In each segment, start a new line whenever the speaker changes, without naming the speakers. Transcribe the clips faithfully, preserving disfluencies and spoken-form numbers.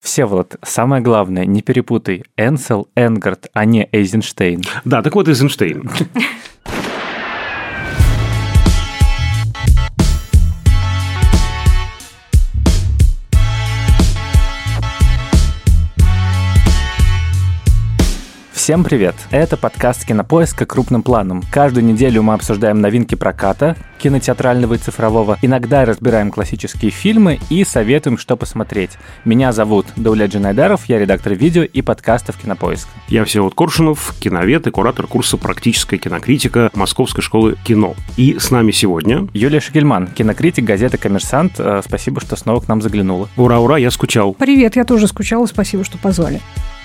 Всеволод, самое главное, не перепутай. Энсел Энгард, а не Эйзенштейн.
Да, так вот Эйзенштейн.
Всем привет! Это подкаст «Кинопоиска. Крупным планом». Каждую неделю мы обсуждаем новинки проката, кинотеатрального и цифрового, иногда разбираем классические фильмы и советуем, что посмотреть. Меня зовут Даулет Джанайдаров, я редактор видео и подкастов «Кинопоиска».
Я Всеволод Коршунов, киновед и куратор курса «Практическая кинокритика» Московской школы кино. И с нами сегодня...
Юлия Шагельман, кинокритик газеты «Коммерсант». Спасибо, что снова к нам заглянула.
Ура, ура, я скучал.
Привет, я тоже скучала, спасибо, что позвали.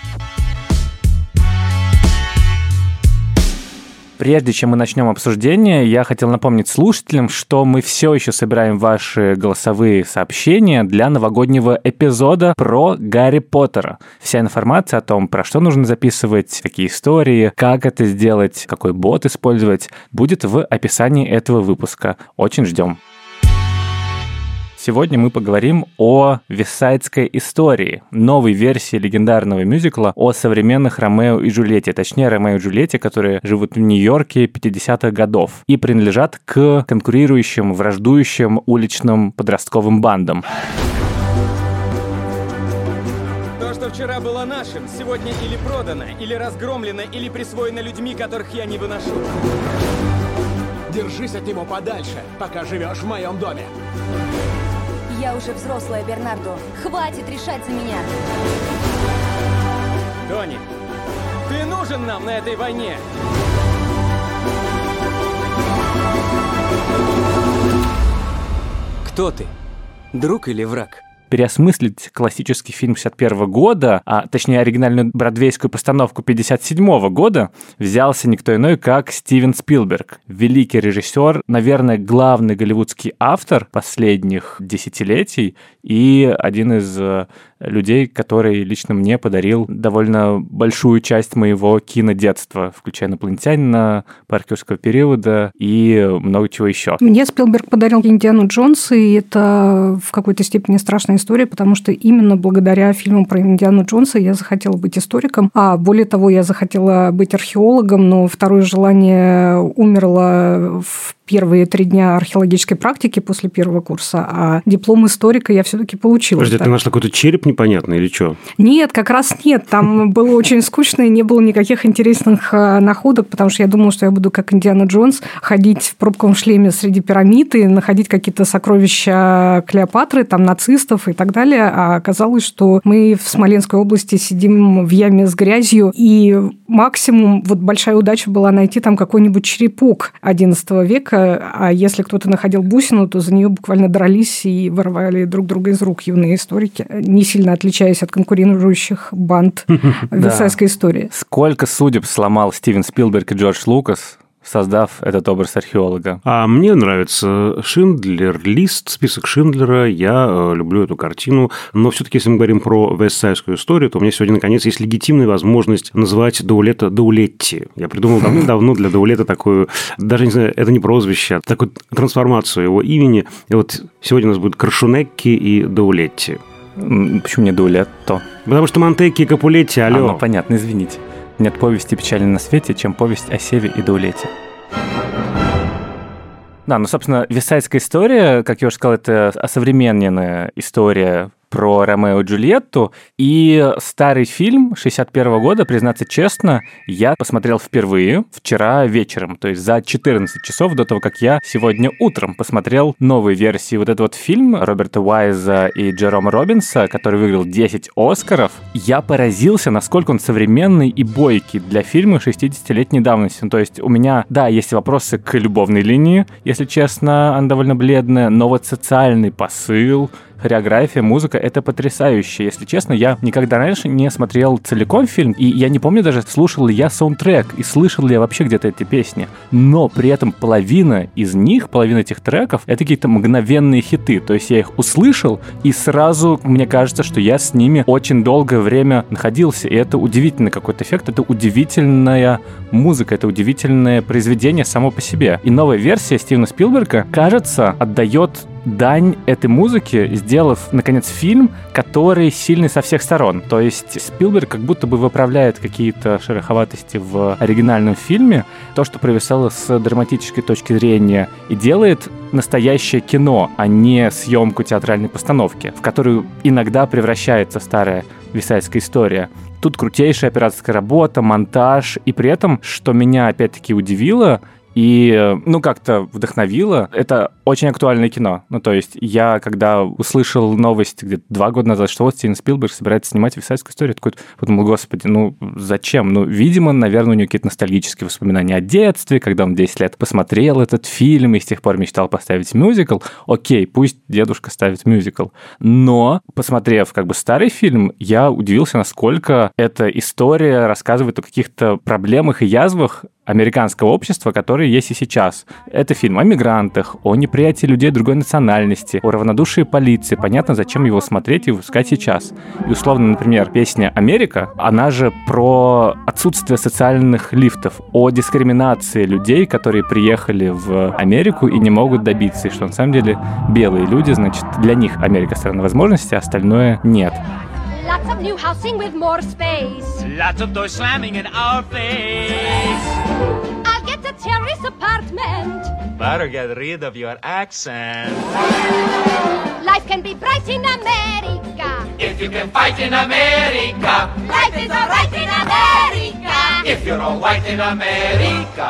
Прежде чем мы начнем обсуждение, я хотел напомнить слушателям, что мы все еще собираем ваши голосовые сообщения для новогоднего эпизода про Гарри Поттера. Вся информация о том, про что нужно записывать, какие истории, как это сделать, какой бот использовать, будет в описании этого выпуска. Очень ждем. Сегодня мы поговорим о «Вестсайдской истории», новой версии легендарного мюзикла о современных Ромео и Джульетте, точнее, Ромео и Джульетте, которые живут в Нью-Йорке пятидесятых годов и принадлежат к конкурирующим, враждующим уличным подростковым бандам.
То, что вчера было нашим, сегодня или продано, или разгромлено, или присвоено людьми, которых я не выношу.
Держись от него подальше, пока живешь в моем доме.
Я уже взрослая, Бернардо. Хватит решать за меня.
Тони, ты нужен нам на этой войне. Кто ты? Друг или враг?
Переосмыслить классический фильм пятьдесят первого года, а точнее оригинальную бродвейскую постановку пятьдесят седьмого года, взялся никто иной, как Стивен Спилберг. Великий режиссер, наверное, главный голливудский автор последних десятилетий и один из людей, который лично мне подарил довольно большую часть моего кинодетства, включая «Инопланетянина», «Парк юрского периода» и много чего еще.
Мне Спилберг подарил «Индиану Джонса», и это в какой-то степени страшная история, потому что именно благодаря фильму про Индиану Джонса я захотела быть историком, а более того, я захотела быть археологом, но второе желание умерло в первые три дня археологической практики после первого курса, а диплом историка я все-таки получила.
Подожди, ты нашла какой-то череп непонятный или что?
Нет, как раз нет. Там было очень скучно, и не было никаких интересных находок, потому что я думала, что я буду, как Индиана Джонс, ходить в пробковом шлеме среди пирамид и находить какие-то сокровища Клеопатры, там, нацистов и так далее. А оказалось, что мы в Смоленской области сидим в яме с грязью, и максимум, вот большая удача была найти там какой-нибудь черепок одиннадцатого века, а если кто-то находил бусину, то за нее буквально дрались и вырывали друг друга из рук юные историки, не сильно отличаясь от конкурирующих банд Версальской истории.
Сколько судеб сломал Стивен Спилберг и Джордж Лукас, создав этот образ археолога.
А мне нравится Шиндлер Лист, список Шиндлера. Я э, люблю эту картину. Но все-таки, если мы говорим про Вестсайдскую историю, то у меня сегодня, наконец, есть легитимная возможность называть Даулета Даулетти. Я придумал давно для Даулета такую, даже не знаю, это не прозвище, а такую трансформацию его имени. И вот сегодня у нас будет Коршунекки и Даулетти.
Почему не Даулетто?
Потому что Монтекки и Капулетти, алло.
А, ну понятно, извините. Нет повести печальной на свете, чем повесть о Севе и Даулете. Да, ну, собственно, «Вестсайдская история», как я уже сказал, это осовремененная история про Ромео и Джульетту, и старый фильм шестьдесят первого года, признаться честно, я посмотрел впервые вчера вечером, то есть за четырнадцать часов до того, как я сегодня утром посмотрел новые версии. Вот этот вот фильм Роберта Уайза и Джерома Робинса, который выиграл десять Оскаров, я поразился, насколько он современный и бойкий для фильма шестидесятилетней давности. Ну, то есть у меня, да, есть вопросы к любовной линии, если честно, она довольно бледная, но вот социальный посыл, хореография, музыка — это потрясающе. Если честно, я никогда раньше не смотрел целиком фильм, и я не помню даже, слушал ли я саундтрек, и слышал ли я вообще где-то эти песни. Но при этом половина из них, половина этих треков — это какие-то мгновенные хиты. То есть я их услышал, и сразу мне кажется, что я с ними очень долгое время находился. И это удивительный какой-то эффект, это удивительная музыка, это удивительное произведение само по себе. И новая версия Стивена Спилберга, кажется, отдает дань этой музыке, сделав, наконец, фильм, который сильный со всех сторон. То есть Спилберг как будто бы выправляет какие-то шероховатости в оригинальном фильме, то, что провисало с драматической точки зрения, и делает настоящее кино, а не съемку театральной постановки, в которую иногда превращается старая «Версальская история». Тут крутейшая операторская работа, монтаж, и при этом, что меня опять-таки удивило и, ну, как-то вдохновило, это очень актуальное кино. Ну, то есть я, когда услышал новость где-то два года назад, что вот Стивен Спилберг собирается снимать «Версальскую историю», я такой подумал, господи, ну, зачем? Ну, видимо, наверное, у него какие-то ностальгические воспоминания о детстве, когда он десять лет посмотрел этот фильм и с тех пор мечтал поставить мюзикл. Окей, пусть дедушка ставит мюзикл. Но, посмотрев как бы старый фильм, я удивился, насколько эта история рассказывает о каких-то проблемах и язвах американского общества, которые есть и сейчас. Это фильм о мигрантах, о неприятии людей другой национальности, о равнодушии полиции. Понятно, зачем его смотреть и выпускать сейчас. И условно, например, песня «Америка», она же про отсутствие социальных лифтов, о дискриминации людей, которые приехали в Америку и не могут добиться, и что на самом деле белые люди, значит, для них Америка страна возможностей, а остальное нет.
Lots of new housing with more space.
Lots of doors slamming in our face.
I'll get a terrace apartment.
Better get rid of your accent.
Life can be bright in America.
If you can fight in America.
Life is alright in America.
If you're all white in America.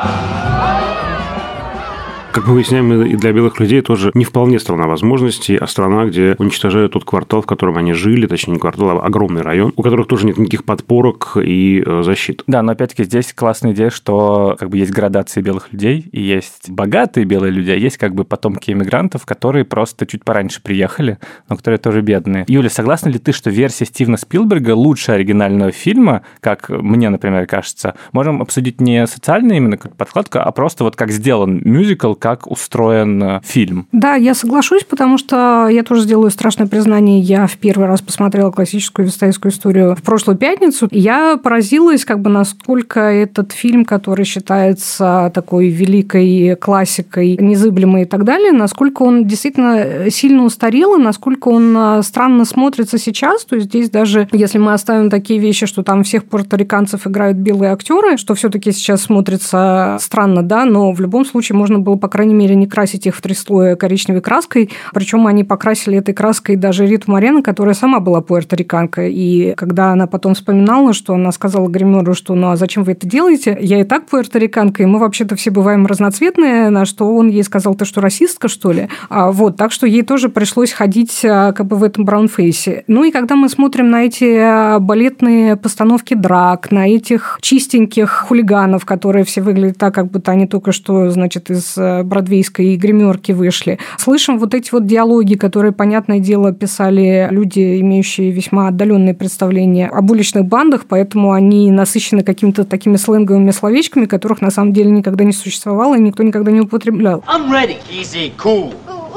Как мы выясняем, и для белых людей тоже не вполне страна возможностей, а страна, где уничтожают тот квартал, в котором они жили, точнее, не квартал, а огромный район, у которых тоже нет никаких подпорок и э, защит.
Да, но опять-таки здесь классная идея, что как бы есть градации белых людей, и есть богатые белые люди, а есть как бы потомки иммигрантов, которые просто чуть пораньше приехали, но которые тоже бедные. Юля, согласна ли ты, что версия Стивена Спилберга лучше оригинального фильма, как мне, например, кажется? Можем обсудить не социальную именно как подкладку, а просто вот как сделан мюзикл, как устроен фильм.
Да, я соглашусь, потому что я тоже сделаю страшное признание. Я в первый раз посмотрела классическую «Версальскую историю» в прошлую пятницу. Я поразилась, как бы, насколько этот фильм, который считается такой великой классикой, незыблемой и так далее, насколько он действительно сильно устарел, и насколько он странно смотрится сейчас. То есть здесь даже, если мы оставим такие вещи, что там всех пуэрториканцев играют белые актеры, что все-таки сейчас смотрится странно, да, но в любом случае можно было, по крайней мере, не красить их в три слоя коричневой краской. Причем они покрасили этой краской даже Риту Морено, которая сама была пуэрториканка. И когда она потом вспоминала, что она сказала гримеру, что ну а зачем вы это делаете? Я и так пуэрториканка, и мы вообще-то все бываем разноцветные, на что он ей сказал, ты что, расистка, что ли? А, вот, так что ей тоже пришлось ходить как бы в этом браунфейсе. Ну и когда мы смотрим на эти балетные постановки драк, на этих чистеньких хулиганов, которые все выглядят так, как будто они только что, значит, из бродвейской гримерки вышли. Слышим вот эти вот диалоги, которые, понятное дело, писали люди, имеющие весьма отдаленные представления об уличных бандах, поэтому они насыщены какими-то такими сленговыми словечками, которых на самом деле никогда не существовало и никто никогда не употреблял.
I'm ready. Easy, cool.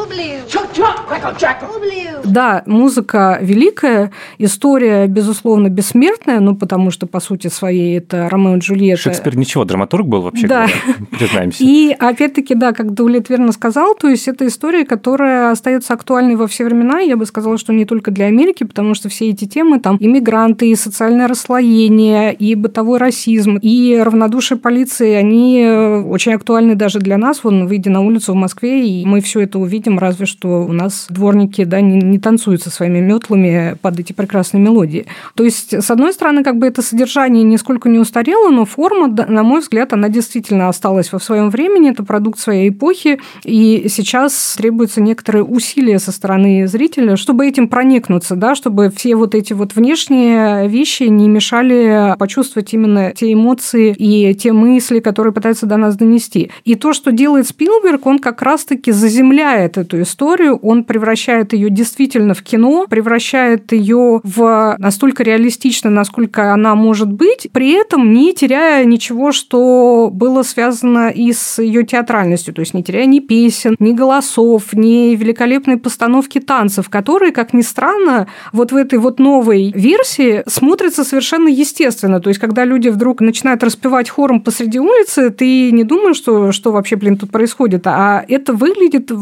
Да, музыка великая, история, безусловно, бессмертная, ну, потому что, по сути своей, это Ромео и Джульетта.
Шекспир ничего, драматург был вообще,
да.
Говоря, признаемся.
И, опять-таки, да, как Даулет верно сказал, то есть это история, которая остается актуальной во все времена, я бы сказала, что не только для Америки, потому что все эти темы, там, иммигранты, и социальное расслоение, и бытовой расизм, и равнодушие полиции, они очень актуальны даже для нас. Вон, выйдя на улицу в Москве, и мы все это увидим, разве что у нас дворники, да, не, не танцуют со своими метлами под эти прекрасные мелодии. То есть, с одной стороны, как бы это содержание нисколько не устарело, но форма, на мой взгляд, она действительно осталась во своем времени, это продукт своей эпохи, и сейчас требуется некоторые усилия со стороны зрителя, чтобы этим проникнуться, да, чтобы все вот эти вот внешние вещи не мешали почувствовать именно те эмоции и те мысли, которые пытаются до нас донести. И то, что делает Спилберг, он как раз-таки заземляет эту историю, он превращает ее действительно в кино, превращает ее в настолько реалистично, насколько она может быть, при этом не теряя ничего, что было связано и с ее театральностью, то есть не теряя ни песен, ни голосов, ни великолепной постановки танцев, которые, как ни странно, вот в этой вот новой версии смотрятся совершенно естественно. То есть, когда люди вдруг начинают распевать хором посреди улицы, ты не думаешь, что, что вообще, блин, тут происходит, а это выглядит вот просто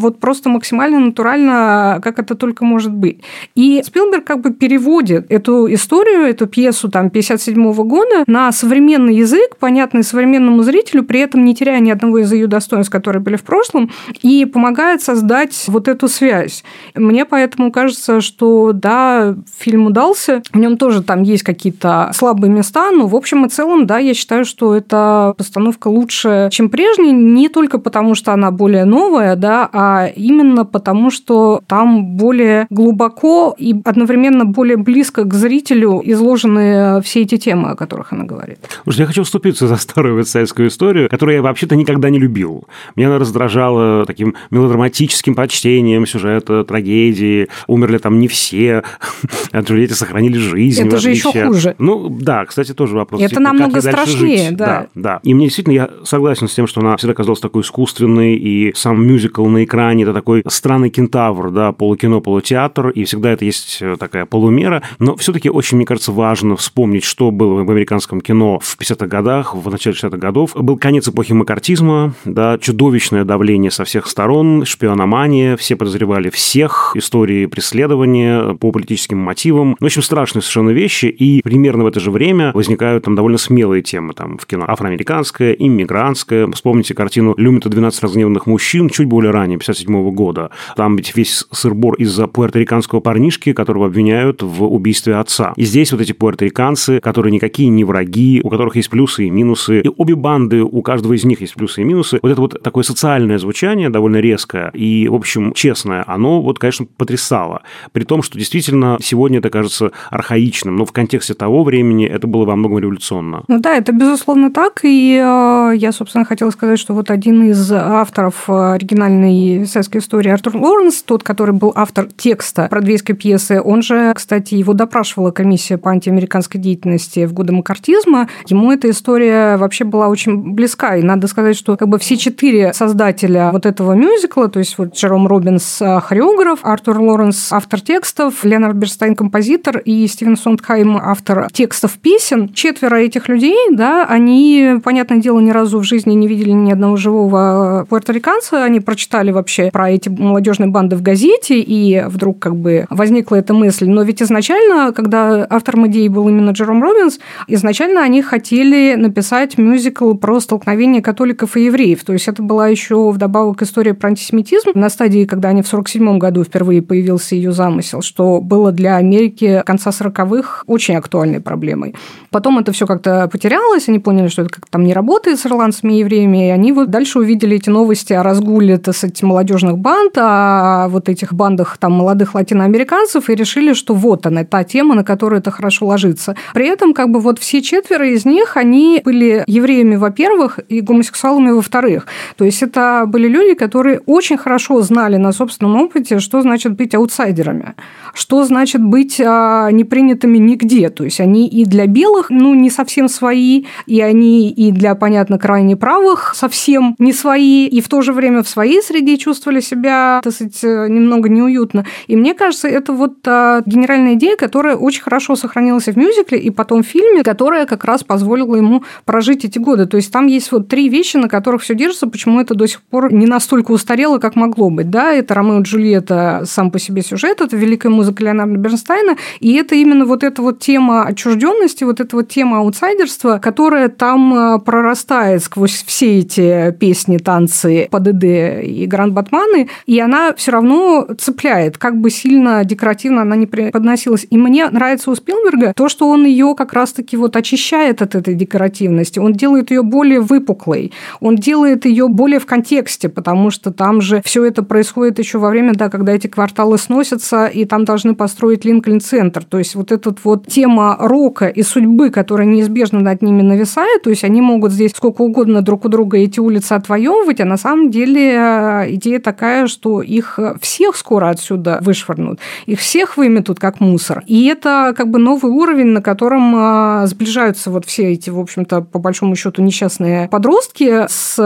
просто максимально натурально, как это только может быть. И Спилберг как бы переводит эту историю, эту пьесу там пятьдесят седьмого года на современный язык, понятный современному зрителю, при этом не теряя ни одного из ее достоинств, которые были в прошлом, и помогает создать вот эту связь. Мне поэтому кажется, что да, фильм удался, в нем тоже там есть какие-то слабые места, но в общем и целом, да, я считаю, что эта постановка лучше, чем прежняя, не только потому, что она более новая, да, а именно потому, что там более глубоко и одновременно более близко к зрителю изложены все эти темы, о которых она говорит.
Слушайте, я хочу вступиться за старую вестсайдскую историю, которую я вообще-то никогда не любил. Меня она раздражала таким мелодраматическим почтением сюжета, трагедии. Умерли там не все, а Джульетте сохранили жизнь.
Это же еще хуже.
Ну, да, кстати, тоже вопрос.
Это намного страшнее, да.
да. Да, и мне действительно, я согласен с тем, что она всегда казалась такой искусственной, и сам мюзикл на экране – это такой странный кентавр, да, полукино, полутеатр, и всегда это есть такая полумера. Но все-таки очень, мне кажется, важно вспомнить, что было в американском кино в пятидесятых годах, в начале шестидесятых годов. Был конец эпохи маккартизма, да, чудовищное давление со всех сторон, шпиономания, все подозревали всех, истории преследования по политическим мотивам. В общем, страшные совершенно вещи, и примерно в это же время возникают там довольно смелые темы там в кино. Афроамериканская, иммигрантская. Вспомните картину «Люмита двенадцать разгневанных мужчин», чуть более ранее, пятьдесят седьмого года. Там ведь весь сыр-бор из-за пуэрториканского парнишки, которого обвиняют в убийстве отца. И здесь вот эти пуэрториканцы, которые никакие не враги, у которых есть плюсы и минусы. И обе банды, у каждого из них есть плюсы и минусы. Вот это вот такое социальное звучание, довольно резкое и, в общем, честное, оно вот, конечно, потрясало. При том, что действительно сегодня это кажется архаичным, но в контексте того времени это было во многом революционно.
Ну да, это безусловно так, и э, я, собственно, хотела сказать, что вот один из авторов оригинальной вестсайдской истории Артур Лоуренс, тот, который был автор текста бродвейской пьесы, он же, кстати, его допрашивала комиссия по антиамериканской деятельности в годы маккартизма, ему эта история вообще была очень близка, и надо сказать, что как бы все четыре создателя вот этого мюзикла, то есть вот Джером Робинс хореограф, Артур Лоуренс автор текстов, Леонард Бернстайн композитор и Стивен Сондхайм автор текстов песен, четверо этих людей, да, они, понятное дело, ни разу в жизни не видели ни одного живого пуэрториканца, они прочитали вообще про эти молодежные банды в газете, и вдруг как бы возникла эта мысль. Но ведь изначально, когда автором идеи был именно Джером Робинс, изначально они хотели написать мюзикл про столкновение католиков и евреев. То есть это была еще вдобавок история про антисемитизм на стадии, когда они в сорок седьмом году впервые появился ее замысел, что было для Америки конца сороковых очень актуальной проблемой. Потом это все как-то потерялось, они поняли, что это как-то там не работает с ирландцами и евреями, и они вот дальше увидели эти новости о разгуле, так сказать, молодежных банд, о вот этих бандах там молодых латиноамериканцев, и решили, что вот она, та тема, на которую это хорошо ложится. При этом как бы вот все четверо из них, они были евреями, во-первых, и гомосексуалами, во-вторых. То есть это были люди, которые очень хорошо знали на собственном опыте, что значит быть аутсайдерами, что значит быть а, непринятыми нигде. То есть они и для белых, ну, не совсем свои, и они и для, понятно, крайне правых совсем не свои, и в то же время в своей среде чувствовали себя, так сказать, немного неуютно. И мне кажется, это вот а, генеральная идея, которая очень хорошо сохранилась и в мюзикле, и потом в фильме, которая как раз позволила ему прожить эти годы. То есть там есть вот три вещи, на которых все держится, почему это до сих пор не настолько устарело, как могло быть. Да, это «Ромео и Джульетта» сам по себе сюжет, это великая музыка Леонарда Бернстайна, и это именно вот эта вот тема отчужденности, вот эта вот тема аутсайдерства, которая там прорастает сквозь все эти песни, танцы, ПДД и Гранд-Батманы, и она все равно цепляет, как бы сильно декоративно она не преподносилась. И мне нравится у Спилберга то, что он ее как раз-таки вот очищает от этой декоративности, он делает ее более выпуклой, он делает ее более в контексте, потому что там же все это происходит еще во время, да, когда эти кварталы сносятся, и там должны построить Линкольн-центр. То есть вот эта вот тема рока и судьбы, которая неизбежно над ними нависает, то есть они могут здесь сколько угодно друг у друга эти улицы отвоевывать, а на самом деле идея такая, что их всех скоро отсюда вышвырнут, их всех выметут как мусор. И это как бы новый уровень, на котором сближаются вот все эти, в общем-то, по большому счету несчастные подростки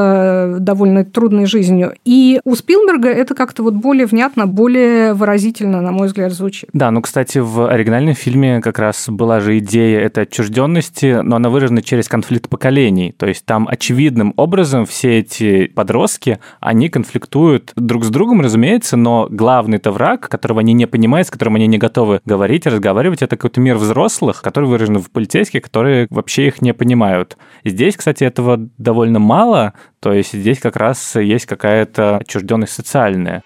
с довольно трудной жизнью. И у Спилберга это как-то вот более внятно, более выразительно, на мой взгляд, звучит.
Да, ну, кстати, в оригинальном фильме как раз была же идея этой отчужденности, но она выражена через конфликт поколений. То есть там очевидным образом все эти подростки, они конфликтуют друг с другом, разумеется, но главный-то враг, которого они не понимают, с которым они не готовы говорить, разговаривать, это какой-то мир взрослых, который выражен в полицейских, которые вообще их не понимают. Здесь, кстати, этого довольно мало, то есть здесь как раз есть какая-то отчужденность социальная.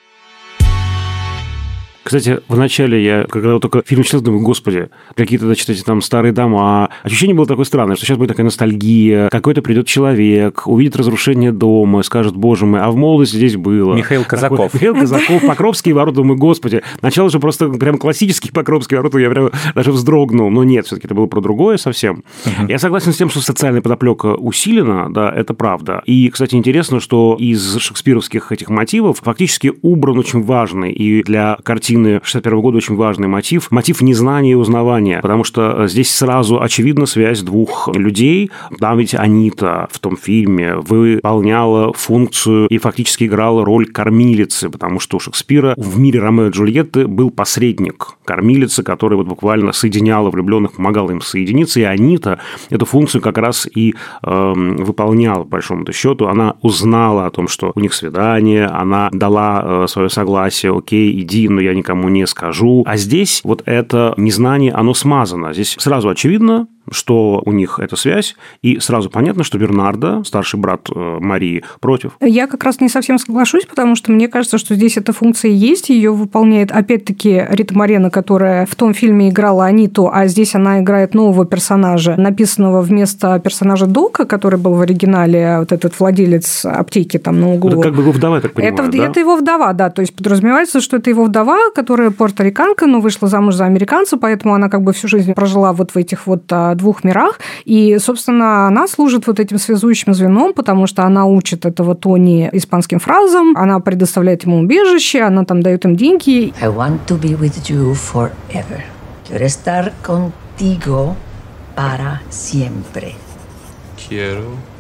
Кстати, вначале я, когда вот только фильм читал, думаю, господи, какие-то, значит, эти там старые дома. Ощущение было такое странное, что сейчас будет такая ностальгия, какой-то придет человек, увидит разрушение дома, скажет, боже мой, а в молодости здесь было.
Михаил Казаков.
Такой, Михаил Казаков, Покровские ворота, думаю, господи. Начало же просто прям классические Покровские ворота, я прям даже вздрогнул. Но нет, все-таки это было про другое совсем. Uh-huh. Я согласен с тем, что социальная подоплека усилена, да, это правда. И, кстати, интересно, что из шекспировских этих мотивов фактически убран очень важный и для картины шестьдесят первого года очень важный мотив, мотив незнания и узнавания, потому что здесь сразу очевидна связь двух людей. Там ведь Анита в том фильме выполняла функцию и фактически играла роль кормилицы, потому что у Шекспира в мире Ромео и Джульетты был посредник, кормилица, которая вот буквально соединяла влюбленных, помогала им соединиться, и Анита эту функцию как раз и э, выполняла, по большому счету. Она узнала о том, что у них свидание, она дала э, свое согласие, окей, иди, но я не никому не скажу. А здесь вот это незнание, оно смазано. Здесь сразу очевидно, что у них эта связь, и сразу понятно, что Бернардо, старший брат Марии, против.
Я как раз не совсем соглашусь, потому что мне кажется, что здесь эта функция есть, ее выполняет, опять-таки, Рита Морено, которая в том фильме играла Аниту, а здесь она играет нового персонажа, написанного вместо персонажа Дока, который был в оригинале, вот этот владелец аптеки там на углу.
Это как бы его вдова, я так понимаю,
это,
да?
Это его вдова, да, то есть подразумевается, что это его вдова, которая пуэрториканка, но вышла замуж за американца, поэтому она как бы всю жизнь прожила вот в этих вот двух мирах, и, собственно, она служит вот этим связующим звеном, потому что она учит этого Тони испанским фразам, она предоставляет ему убежище, она там дает им деньги.
I want to be with you forever. Quiero estar contigo para siempre.
Quiero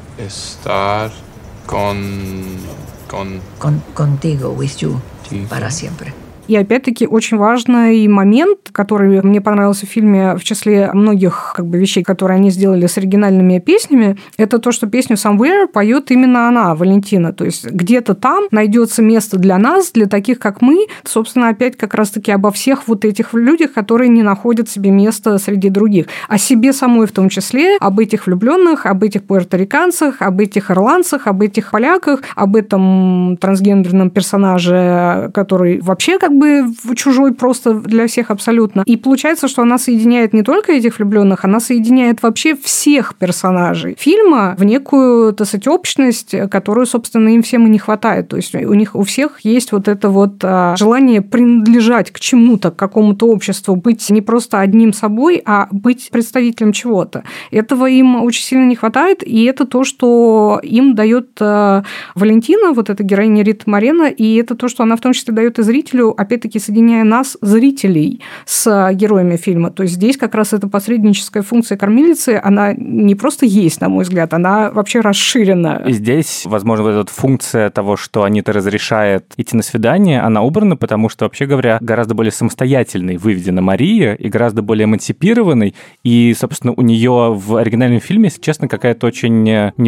estar con... con...
con contigo, with you, para siempre.
И опять-таки очень важный момент, который мне понравился в фильме в числе многих как бы, вещей, которые они сделали с оригинальными песнями, это то, что песню Somewhere поет именно она, Валентина. То есть где-то там найдется место для нас, для таких, как мы. Собственно, опять как раз-таки обо всех вот этих людях, которые не находят себе места среди других. О себе самой в том числе, об этих влюбленных, об этих пуэрториканцах, об этих ирландцах, об этих поляках, об этом трансгендерном персонаже, который вообще как бы чужой просто для всех абсолютно. И получается, что она соединяет не только этих влюбленных, она соединяет вообще всех персонажей фильма в некую, так сказать, общность, которую, собственно, им всем и не хватает. То есть у них у всех есть вот это вот желание принадлежать к чему-то, к какому-то обществу, быть не просто одним собой, а быть представителем чего-то. Этого им очень сильно не хватает, и это то, что им дает Валентина, вот эта героиня Рита Морено, и это то, что она в том числе дает и зрителю, опять-таки, соединяя нас, зрителей, с героями фильма. То есть здесь как раз эта посредническая функция кормилицы, она не просто есть, на мой взгляд, она вообще расширена.
И здесь, возможно, вот эта функция того, что Анита разрешает идти на свидание, она убрана, потому что, вообще говоря, гораздо более самостоятельной выведена Мария и гораздо более эмансипированной. И, собственно, у нее в оригинальном фильме, если честно, какая-то очень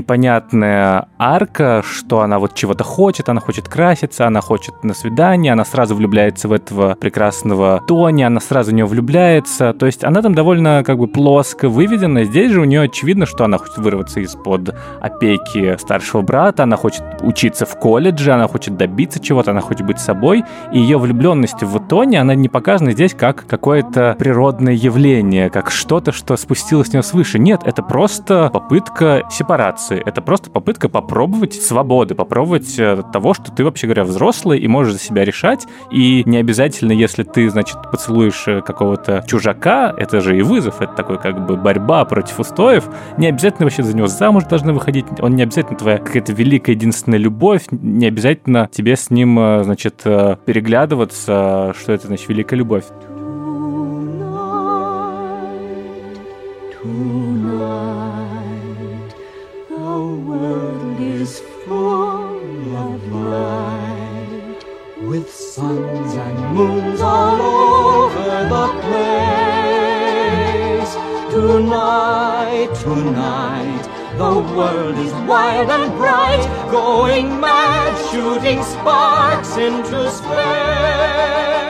непонятная арка, что она вот чего-то хочет, она хочет краситься, она хочет на свидание, она сразу влюбляется в этого прекрасного Тони, она сразу в него влюбляется. То есть она там довольно как бы плоско выведена. Здесь же у нее очевидно, что она хочет вырваться из-под опеки старшего брата, она хочет учиться в колледже, она хочет добиться чего-то, она хочет быть собой. И ее влюбленность в Тони, она не показана здесь как какое-то природное явление, как что-то, что спустилось с нее свыше. Нет, это просто попытка сепарации. Это просто попытка попробовать свободы, попробовать того, что ты, вообще говоря, взрослый и можешь за себя решать. И не обязательно, если ты, значит, поцелуешь какого-то чужака, это же и вызов, это такой как бы борьба против устоев, не обязательно вообще за него замуж должны выходить, он не обязательно твоя какая-то великая единственная любовь, не обязательно тебе с ним, значит, переглядываться, что это, значит, великая любовь.
With suns and moons all over the place. Tonight, tonight, The world is wild and bright, going mad, shooting sparks into space.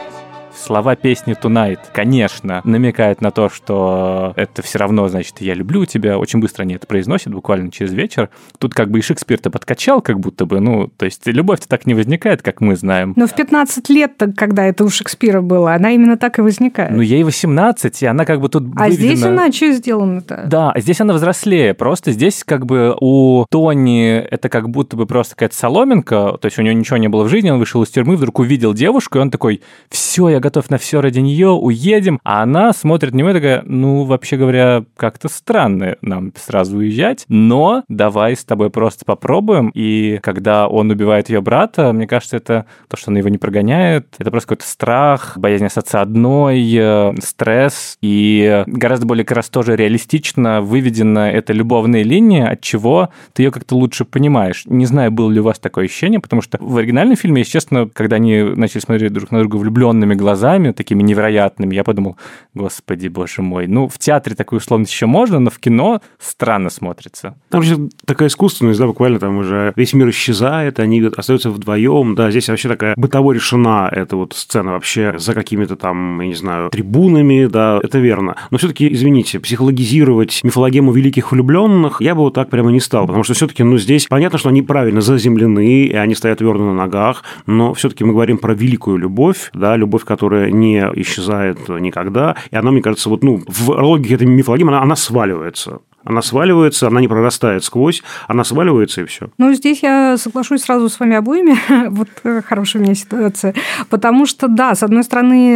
Слова песни «Tonight», конечно, намекают на то, что это все равно, значит, «я люблю тебя». Очень быстро они это произносят, буквально через вечер. Тут как бы и Шекспир-то подкачал, как будто бы, ну, то есть любовь-то так не возникает, как мы знаем.
Но в пятнадцать лет, когда это у Шекспира было, она именно так и возникает.
Ну, ей восемнадцать, и она как бы тут
А
выведена...
здесь она что сделана-то?
Да, здесь она взрослее. Просто здесь как бы у Тони это как будто бы просто какая-то соломинка, то есть у него ничего не было в жизни, он вышел из тюрьмы, вдруг увидел девушку, и он такой: все, я готов на все ради нее, уедем. А она смотрит на него и такая: ну, вообще говоря, как-то странно нам сразу уезжать, но давай с тобой просто попробуем. И когда он убивает ее брата, мне кажется, это то, что он его не прогоняет, это просто какой-то страх, боязнь остаться одной, стресс, и гораздо более как раз тоже реалистично выведена эта любовная линия, от чего ты ее как-то лучше понимаешь. Не знаю, было ли у вас такое ощущение, потому что в оригинальном фильме, если честно, когда они начали смотреть друг на друга влюбленными глазами, такими невероятными, я подумал: господи, боже мой, ну, в театре такую условность еще можно, но в кино странно смотрится.
Там же такая искусственность, да, буквально там уже весь мир исчезает, они остаются вдвоем, да, здесь вообще такая бытово решена эта вот сцена вообще за какими-то там, я не знаю, трибунами, да, это верно. Но все-таки, извините, психологизировать мифологему великих влюбленных я бы вот так прямо не стал, потому что все-таки, ну, здесь понятно, что они правильно заземлены, и они стоят твердо на ногах, но все-таки мы говорим про великую любовь, да, любовь, которая не исчезает никогда, и она, мне кажется, вот, ну, в логике этой мифологемы она, она сваливается. Она сваливается, она не прорастает сквозь, она сваливается, и все.
Ну, здесь я соглашусь сразу с вами обоими. Вот хорошая у меня ситуация. Потому что, да, с одной стороны,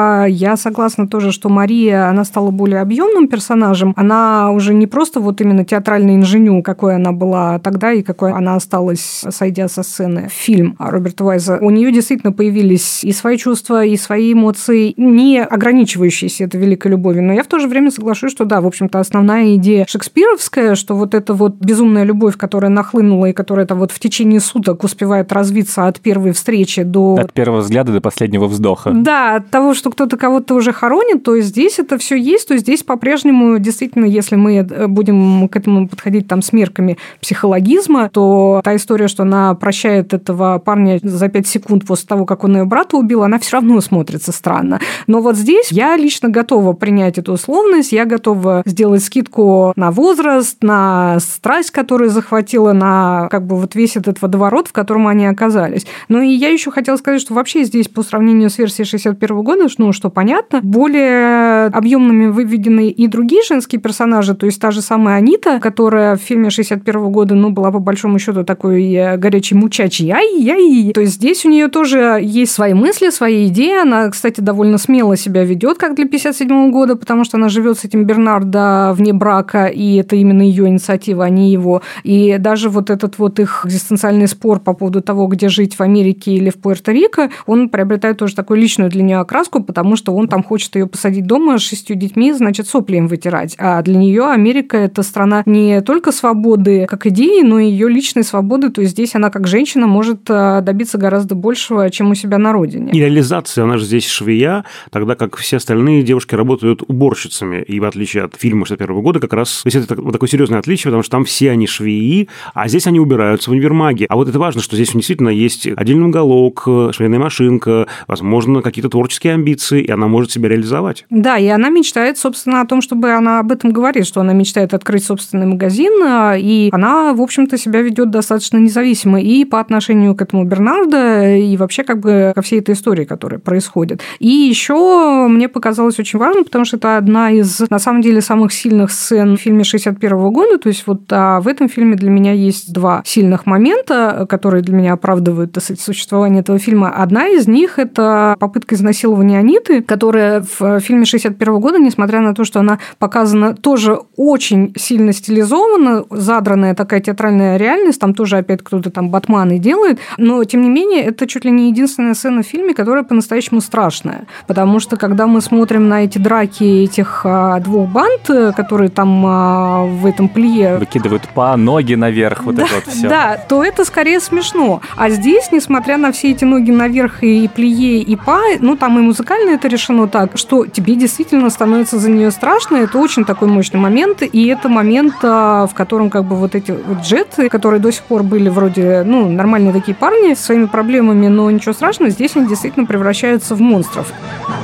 я согласна тоже, что Мария, она стала более объемным персонажем. Она уже не просто вот именно театральная инженю, какой она была тогда и какой она осталась, сойдя со сцены. Фильм Роберта Вайза. У нее действительно появились и свои чувства, и свои эмоции, не ограничивающиеся этой великой любовью. Но я в то же время соглашусь, что, да, в общем-то, основная идея шекспировская, что вот эта вот безумная любовь, которая нахлынула и которая там вот в течение суток успевает развиться от первой встречи до...
От первого взгляда до последнего вздоха.
Да, от того, что кто-то кого-то уже хоронит, то здесь это все есть, то здесь по-прежнему действительно, если мы будем к этому подходить там с мерками психологизма, то та история, что она прощает этого парня за пять секунд после того, как он ее брата убил, она все равно смотрится странно. Но вот здесь я лично готова принять эту условность, я готова сделать скидку на возраст, на страсть, которую захватила, на как бы вот весь этот водоворот, в котором они оказались. Ну и я еще хотела сказать, что вообще здесь по сравнению с версией шестьдесят первого года, ну что понятно, более объемными выведены и другие женские персонажи, то есть та же самая Анита, которая в фильме шестьдесят первого года, ну, была по большому счету такой горячей мучачей, ай-яй. То есть здесь у нее тоже есть свои мысли, свои идеи. Она, кстати, довольно смело себя ведет, как для пятьдесят седьмого года, потому что она живет с этим Бернардо вне брака, и это именно ее инициатива, а не его. И даже вот этот вот их экзистенциальный спор по поводу того, где жить, в Америке или в Пуэрто-Рико, он приобретает тоже такую личную для нее окраску, потому что он там хочет ее посадить дома с шестью детьми, значит, сопли им вытирать. А для нее Америка – это страна не только свободы как идеи, но и ее личной свободы. То есть здесь она как женщина может добиться гораздо большего, чем у себя на родине.
И реализация, она же здесь швея, тогда как все остальные девушки работают уборщицами. И в отличие от фильма шестьдесят первого года как раз... То есть это вот такое серьезное отличие, потому что там все они швеи, а здесь они убираются в универмаге. А вот это важно, что здесь действительно есть отдельный уголок, швейная машинка, возможно, какие-то творческие амбиции, и она может себя реализовать.
Да, и она мечтает, собственно, о том, чтобы она об этом говорит, что она мечтает открыть собственный магазин, и она, в общем-то, себя ведет достаточно независимо и по отношению к этому Бернардо, и вообще как бы ко всей этой истории, которая происходит. И еще мне показалось очень важно, потому что это одна из, на самом деле, самых сильных сцен в фильме шестьдесят первого года, то есть вот а в этом фильме для меня есть два сильных момента, которые для меня оправдывают, так сказать, существование этого фильма. Одна из них – это попытка изнасилования Аниты, которая в фильме шестьдесят первого года, несмотря на то, что она показана тоже очень сильно стилизованно, задранная такая театральная реальность, там тоже опять кто-то там батманы делает, но, тем не менее, это чуть ли не единственная сцена в фильме, которая по-настоящему страшная, потому что, когда мы смотрим на эти драки этих двух банд, которые там а, в этом плие.
Выкидывают па, ноги наверх, вот
да,
это вот все.
Да, то это скорее смешно. А здесь, несмотря на все эти ноги наверх и плие, и па, ну, там и музыкально это решено так, что тебе действительно становится за нее страшно. Это очень такой мощный момент. И это момент, в котором как бы вот эти вот джеты, которые до сих пор были вроде, ну, нормальные такие парни с своими проблемами, но ничего страшного, здесь они действительно превращаются в монстров.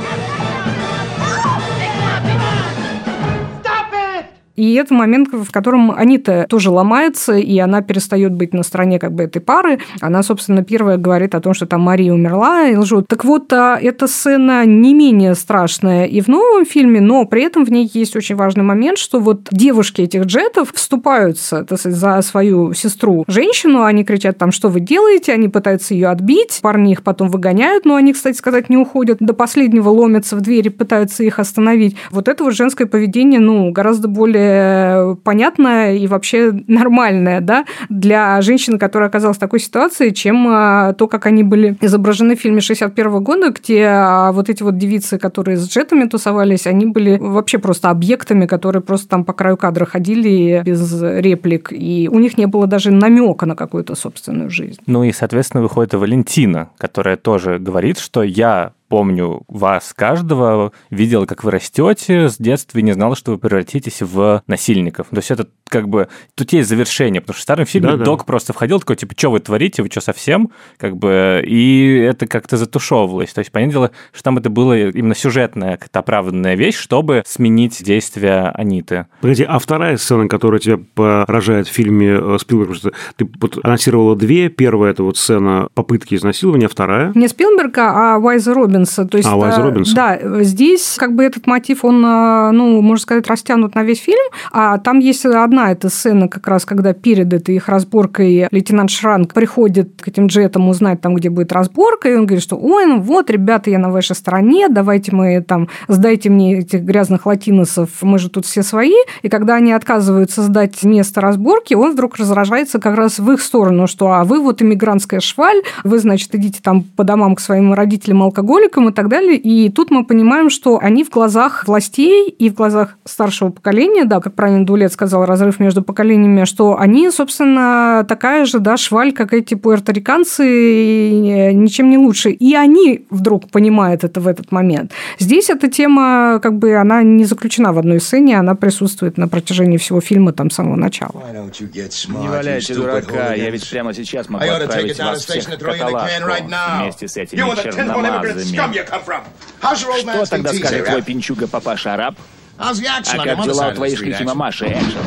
И это момент, в котором Анита тоже ломается, и она перестает быть на стороне как бы этой пары. Она, собственно, первая говорит о том, что там Мария умерла и лжет. Так вот, эта сцена не менее страшная и в новом фильме, но при этом в ней есть очень важный момент, что вот девушки этих джетов вступаются, так сказать, за свою сестру женщину, они кричат там, что вы делаете, они пытаются ее отбить, парни их потом выгоняют, но они, кстати сказать, не уходят, до последнего ломятся в двери, пытаются их остановить. Вот это вот женское поведение, ну, гораздо более понятное и вообще нормальное, да, для женщины, которая оказалась в такой ситуации, чем то, как они были изображены в фильме шестьдесят первого года, где вот эти вот девицы, которые с джетами тусовались, они были вообще просто объектами, которые просто там по краю кадра ходили без реплик, и у них не было даже намека на какую-то собственную жизнь.
Ну и, соответственно, выходит и Валентина, которая тоже говорит, что я помню вас каждого, видела, как вы растете с детства и не знала, что вы превратитесь в насильников. То есть это как бы... Тут есть завершение, потому что в старом фильме да, Док да. просто входил такой, типа, что вы творите, вы что, совсем? Как бы... И это как-то затушевывалось. То есть, понятное дело, что там это было именно сюжетная, как-то оправданная вещь, чтобы сменить действия Аниты.
Погоди, а вторая сцена, которая тебя поражает в фильме Спилберга, что ты вот анонсировала две. Первая – это вот сцена попытки изнасилования, а вторая?
Не Спилберга, а Уайза Робинса. То есть,
а, Уайза Робинса.
Да, здесь как бы этот мотив, он, ну, можно сказать, растянут на весь фильм, а там есть одна эта сцена как раз, когда перед этой их разборкой лейтенант Шранк приходит к этим джетам узнать там, где будет разборка, и он говорит, что ой, ну вот, ребята, я на вашей стороне, давайте мы там, сдайте мне этих грязных латиносов, мы же тут все свои, и когда они отказываются сдать место разборки, он вдруг разражается как раз в их сторону, что а вы вот иммигрантская шваль, вы, значит, идите там по домам к своим родителям-алкоголикам, и так далее. И тут мы понимаем, что они в глазах властей и в глазах старшего поколения, да, как правильно Даулет сказал, разрыв между поколениями, что они, собственно, такая же, да, шваль, как эти пуэрториканцы, ничем не лучше. И они вдруг понимают это в этот момент. Здесь эта тема, как бы, она не заключена в одной сцене, она присутствует на протяжении всего фильма там с самого начала.
Не валяйте дурака, я ведь прямо сейчас могу отправить вас всех в каталажку вместе с этими черномазами. Что тогда скажет твой пинчуга-папаша-араб? А как дела у твоей шлюхи-мамаши, экшен?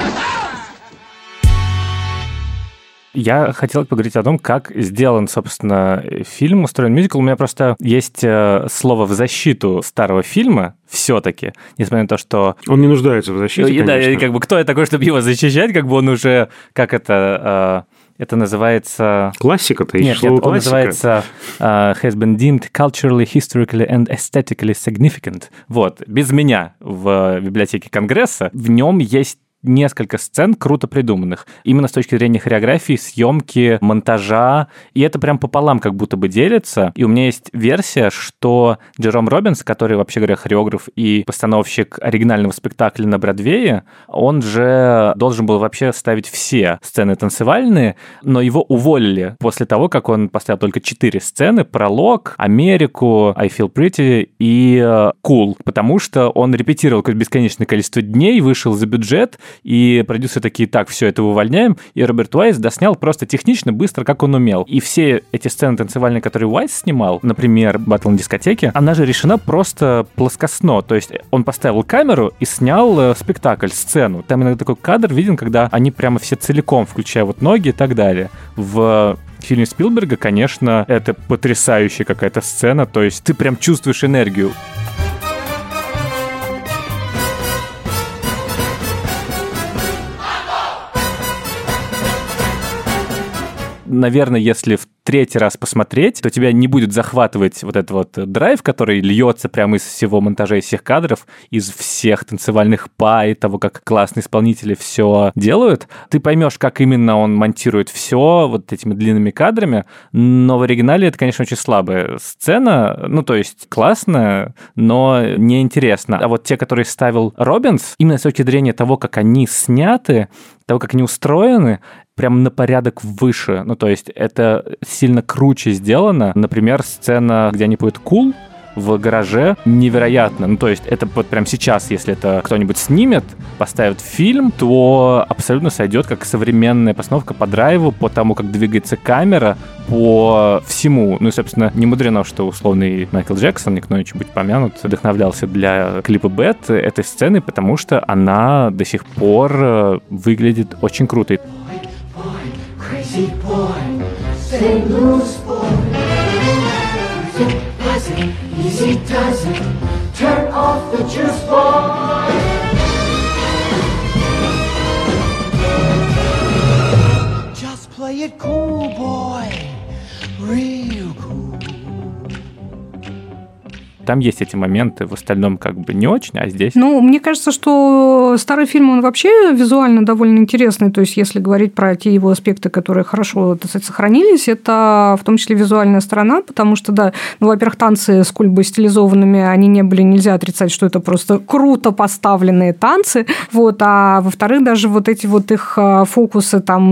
Я хотел поговорить о том, как сделан, собственно, фильм, устроен мюзикл. У меня просто есть слово в защиту старого фильма, все-таки, несмотря на то, что...
Он не нуждается в защите,
и,
конечно.
Да, как бы кто я такой, чтобы его защищать, как бы он уже, как это... Это называется...
Классика-то,
Нет,
слово
нет, он
классика.
называется uh, has been deemed culturally, historically and aesthetically significant. Вот, без меня в библиотеке Конгресса. В нем есть несколько сцен круто придуманных. Именно с точки зрения хореографии, съемки, монтажа. И это прям пополам как будто бы делится. И у меня есть версия, что Джером Робинс, который, вообще говоря, хореограф и постановщик оригинального спектакля на Бродвее, он же должен был вообще ставить все сцены танцевальные, но его уволили после того, как он поставил только четыре сцены: пролог, Америку, I Feel Pretty и Cool, потому что он репетировал какое-то бесконечное количество дней, вышел за бюджет, и продюсеры такие: так, все, это увольняем. И Роберт Уайс доснял просто технично, быстро, как он умел. И все эти сцены танцевальные, которые Уайс снимал, например, «Баттл на дискотеке», она же решена просто плоскостно. То есть он поставил камеру и снял э, спектакль, сцену. Там иногда такой кадр виден, когда они прямо все целиком, включая вот ноги и так далее. В фильме Спилберга, конечно, это потрясающая какая-то сцена. То есть ты прям чувствуешь энергию. Наверное, если в третий раз посмотреть, то тебя не будет захватывать вот этот вот драйв, который льется прямо из всего монтажа, из всех кадров, из всех танцевальных па и того, как классные исполнители все делают. Ты поймешь, как именно он монтирует все вот этими длинными кадрами, но в оригинале это, конечно, очень слабая сцена, ну, то есть классная, но неинтересно. А вот те, которые ставил Роббинс, именно с точки зрения того, как они сняты, того, как они устроены, прям на порядок выше. Ну, то есть это сильно круче сделано. Например, сцена, где они поют «Cool» в гараже, невероятно. Ну, то есть это вот прям сейчас, если это кто-нибудь снимет, поставит фильм, то абсолютно сойдет как современная постановка по драйву, по тому, как двигается камера, по всему. Ну и, собственно, не мудрено, что условный Майкл Джексон, не кто-нибудь будет помянут, вдохновлялся для клипа «Бэт» этой сцены, потому что она до сих пор выглядит очень круто.
Easy does it. Turn off the juice, boy. Just play it cool, boy. Real cool.
Там есть эти моменты, в остальном как бы не очень, а здесь...
Ну, мне кажется, что старый фильм, он вообще визуально довольно интересный, то есть если говорить про те его аспекты, которые хорошо, так сказать, сохранились, это в том числе визуальная сторона, потому что, да, ну, во-первых, танцы сколь бы стилизованными они не были, нельзя отрицать, что это просто круто поставленные танцы, вот, а во-вторых, даже вот эти вот их фокусы там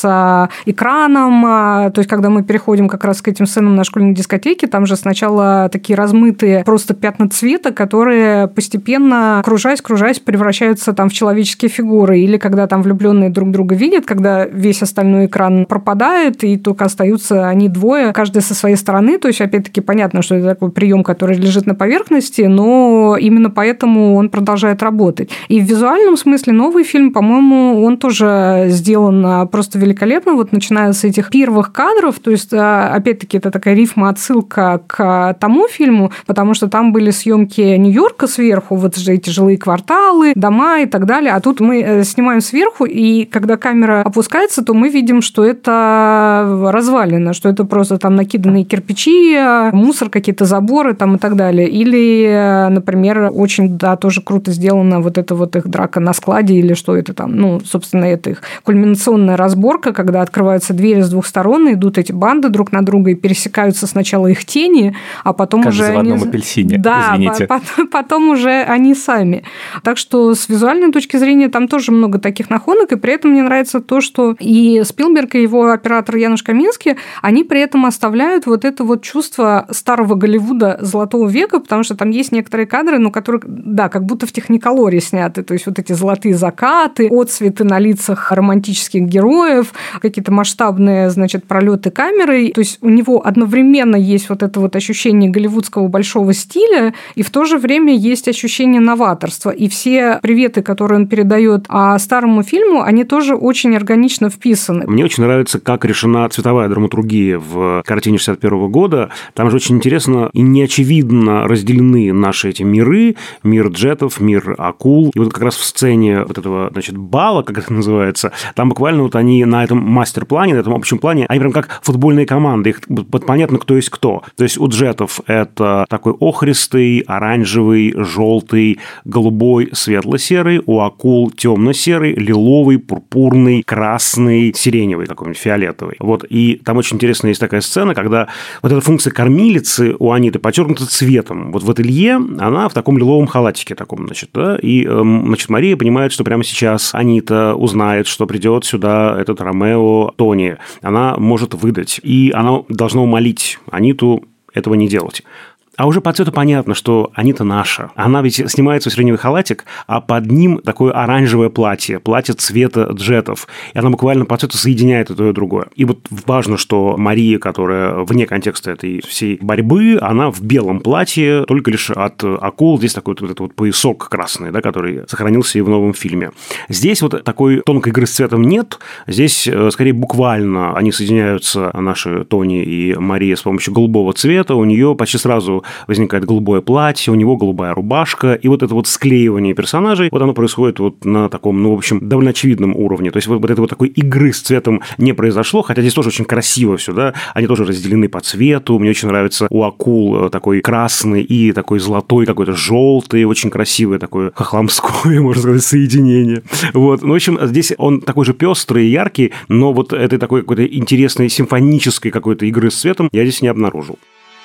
с экраном, то есть когда мы переходим как раз к этим сценам на школьной дискотеке, там же сначала такие размытые просто пятна цвета, которые постепенно, кружась, кружась, превращаются там в человеческие фигуры. Или когда там влюбленные друг друга видят, когда весь остальной экран пропадает, и только остаются они двое, каждый со своей стороны. То есть, опять-таки, понятно, что это такой прием, который лежит на поверхности, но именно поэтому он продолжает работать. И в визуальном смысле новый фильм, по-моему, он тоже сделан просто великолепно, вот начиная с этих первых кадров. То есть, опять-таки, это такая рифма-отсылка к тому фильму, потому что там были съемки Нью-Йорка сверху, вот же эти жилые кварталы, дома и так далее. А тут мы снимаем сверху, и когда камера опускается, то мы видим, что это развалено, что это просто там накиданные кирпичи, мусор, какие-то заборы там и так далее. Или, например, очень, да, тоже круто сделана вот эта вот их драка на складе, или что это там, ну, собственно, это их кульминационная разборка, когда открываются двери с двух сторон, идут эти банды друг на друга и пересекаются сначала их тени, а потом
Кажется,
уже...
в одном
они...
апельсине,
да,
извините.
Потом, потом уже они сами. Так что с визуальной точки зрения там тоже много таких находок, и при этом мне нравится то, что и Спилберг, и его оператор Януш Камински, они при этом оставляют вот это вот чувство старого Голливуда золотого века, потому что там есть некоторые кадры, ну, которые, да, как будто в техниколоре сняты, то есть вот эти золотые закаты, отцветы на лицах романтических героев, какие-то масштабные, значит, пролеты камеры, то есть у него одновременно есть вот это вот ощущение голливудского большого стиля, и в то же время есть ощущение новаторства. И все приветы, которые он передает старому фильму, они тоже очень органично вписаны.
Мне очень нравится, как решена цветовая драматургия в картине шестьдесят первого года. Там же очень интересно и неочевидно разделены наши эти миры. Мир джетов, мир акул. И вот как раз в сцене вот этого, значит, бала, как это называется, там буквально вот они на этом мастер-плане, на этом общем плане, они прям как футбольные команды. Их понятно, кто есть кто. То есть у джетов это такой охристый, оранжевый, желтый, голубой, светло-серый, у акул темно-серый, лиловый, пурпурный, красный, сиреневый, какой-нибудь фиолетовый. Вот, и там очень интересная есть такая сцена, когда вот эта функция кормилицы у Аниты подчеркнута цветом. Вот в ателье она в таком лиловом халатике таком, значит, да, и, значит, Мария понимает, что прямо сейчас Анита узнает, что придет сюда этот Ромео Тони. Она может выдать, и она должна умолить Аниту этого не делать. А уже по цвету понятно, что Анита наша. Она ведь снимает свой сиреневый халатик, а под ним такое оранжевое платье, платье цвета джетов. И она буквально по цвету соединяет и то, и другое. И вот важно, что Мария, которая вне контекста этой всей борьбы, она в белом платье, только лишь от акул. Здесь такой вот этот вот поясок красный, да, который сохранился и в новом фильме. Здесь вот такой тонкой игры с цветом нет. Здесь, скорее, буквально они соединяются, наши Тони и Мария, с помощью голубого цвета. У нее почти сразу возникает голубое платье, у него голубая рубашка, и вот это вот склеивание персонажей, вот оно происходит вот на таком, ну, в общем, довольно очевидном уровне. То есть вот, вот это вот такой игры с цветом не произошло, хотя здесь тоже очень красиво все, да, они тоже разделены по цвету, мне очень нравится у акул такой красный и такой золотой, какой-то желтый, очень красивое такое хохламское, можно сказать, соединение. Вот, ну, в общем, здесь он такой же пестрый и яркий, но вот этой такой какой-то интересной симфонической какой-то игры с цветом я здесь не обнаружил.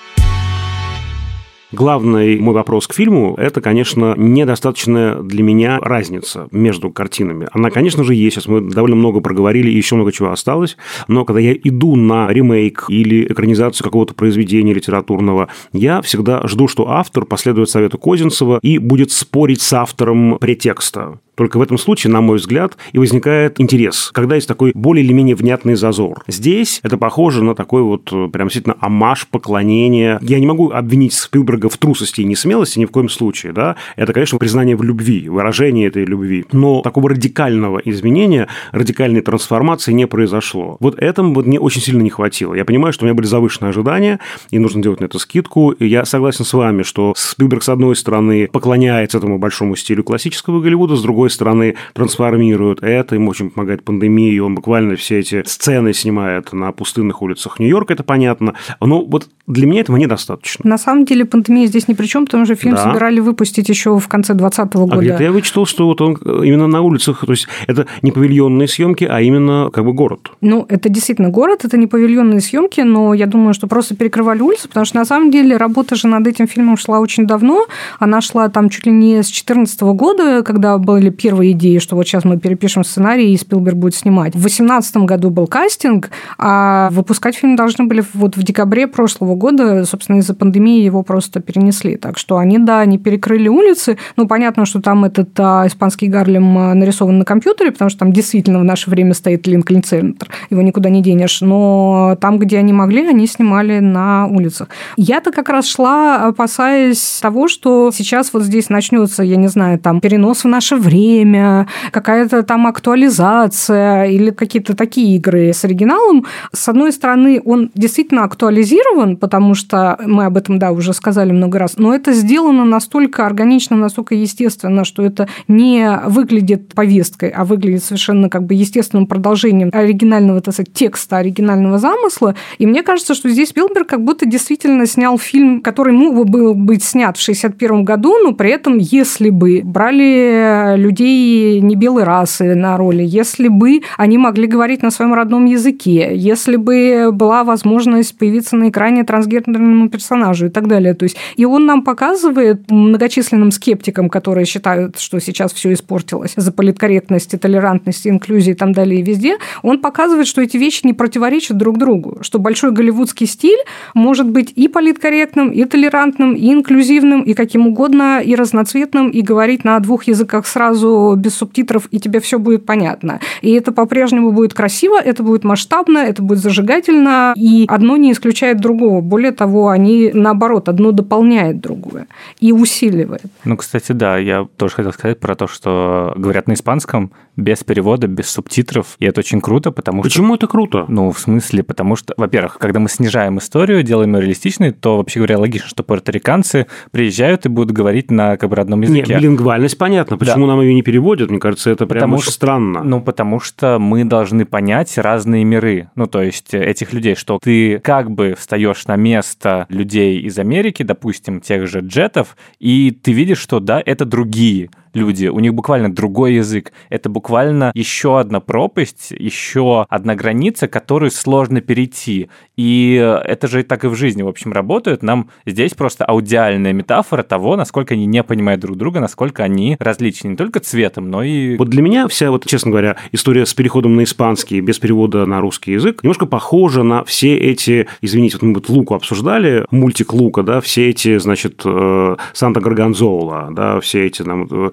Главный мой вопрос к фильму – это, конечно, недостаточная для меня разница между картинами. Она, конечно же, есть. Сейчас мы довольно много проговорили, и еще много чего осталось. Но когда я иду на ремейк или экранизацию какого-то произведения литературного, я всегда жду, что автор последует совету Козинцева и будет спорить с автором претекста. Только в этом случае, на мой взгляд, и возникает интерес, когда есть такой более или менее внятный зазор. Здесь это похоже на такой вот прям действительно омаж, поклонение. Я не могу обвинить Спилберга в трусости и несмелости ни в коем случае, да. Это, конечно, признание в любви, выражение этой любви. Но такого радикального изменения, радикальной трансформации не произошло. Вот этому вот мне очень сильно не хватило. Я понимаю, что у меня были завышенные ожидания, и нужно делать на это скидку. И я согласен с вами, что Спилберг, с одной стороны, поклоняется этому большому стилю классического Голливуда, с другой стороны, трансформирует это, ему очень помогает пандемия, и он буквально все эти сцены снимает на пустынных улицах Нью-Йорка, это понятно. Но вот для меня этого недостаточно.
На самом деле пандемия здесь ни при чем, потому что фильм да. собирали выпустить еще в конце двадцатого года.
А где-то я вычитал, что вот он именно на улицах, то есть это не павильонные съемки, а именно как бы город.
Ну, это действительно город, это не павильонные съемки, но я думаю, что просто перекрывали улицы, потому что на самом деле работа же над этим фильмом шла очень давно. Она шла там чуть ли не с две тысячи четырнадцатого года, когда были первые идеи, что вот сейчас мы перепишем сценарий, и Спилберг будет снимать. В две тысячи восемнадцатом году был кастинг, а выпускать фильм должны были вот в декабре прошлого года, собственно, из-за пандемии его просто перенесли. Так что они, да, они перекрыли улицы. Ну, понятно, что там этот а, испанский Гарлем нарисован на компьютере, потому что там действительно в наше время стоит Линкольн-центр, его никуда не денешь. Но там, где они могли, они снимали на улицах. Я-то как раз шла, опасаясь того, что сейчас вот здесь начнется, я не знаю, там, перенос в наше время, какая-то там актуализация или какие-то такие игры с оригиналом. С одной стороны, он действительно актуализирован, потому что мы об этом, да, уже сказали много раз, но это сделано настолько органично, настолько естественно, что это не выглядит повесткой, а выглядит совершенно как бы естественным продолжением оригинального, так сказать, текста, оригинального замысла. И мне кажется, что здесь Спилберг как будто действительно снял фильм, который мог бы был быть снят в шестьдесят первом году, но при этом, если бы брали людей не белой расы на роли, если бы они могли говорить на своем родном языке, если бы была возможность появиться на экране трансгендерному персонажу и так далее. То есть, и он нам показывает многочисленным скептикам, которые считают, что сейчас все испортилось за политкорректность, толерантность, инклюзию и так далее и везде, он показывает, что эти вещи не противоречат друг другу, что большой голливудский стиль может быть и политкорректным, и толерантным, и инклюзивным, и каким угодно, и разноцветным, и говорить на двух языках сразу без субтитров, и тебе все будет понятно. И это по-прежнему будет красиво, это будет масштабно, это будет зажигательно, и одно не исключает другого. Более того, они, наоборот, одно дополняет другое и усиливает.
Ну, кстати, да, я тоже хотел сказать про то, что говорят на испанском без перевода, без субтитров, и это очень круто, потому
Почему
что...
Почему это круто?
Ну, в смысле, потому что, во-первых, когда мы снижаем историю, делаем ее реалистичной, то, вообще говоря, логично, что пуэрториканцы приезжают и будут говорить на как бы родном языке.
Нет, билингвальность понятно. Почему да. нам ее не переводят? Мне кажется, это прям очень
что,
странно.
Ну, потому что мы должны понять разные миры. Ну, то есть этих людей, что ты как бы встаешь на место людей из Америки, допустим, тех же джетов, и ты видишь, что да, это другие люди, у них буквально другой язык. Это буквально еще одна пропасть, еще одна граница, которую сложно перейти. И это же так и в жизни, в общем, работает. Нам здесь просто аудиальная метафора того, насколько они не понимают друг друга, насколько они различны не только цветом, но и...
Вот для меня вся, вот, честно говоря, история с переходом на испанский без перевода на русский язык немножко похожа на все эти, извините, вот мы вот Луку обсуждали, мультик Лука, да, все эти, значит, Санта Горгонзола, да, все эти там,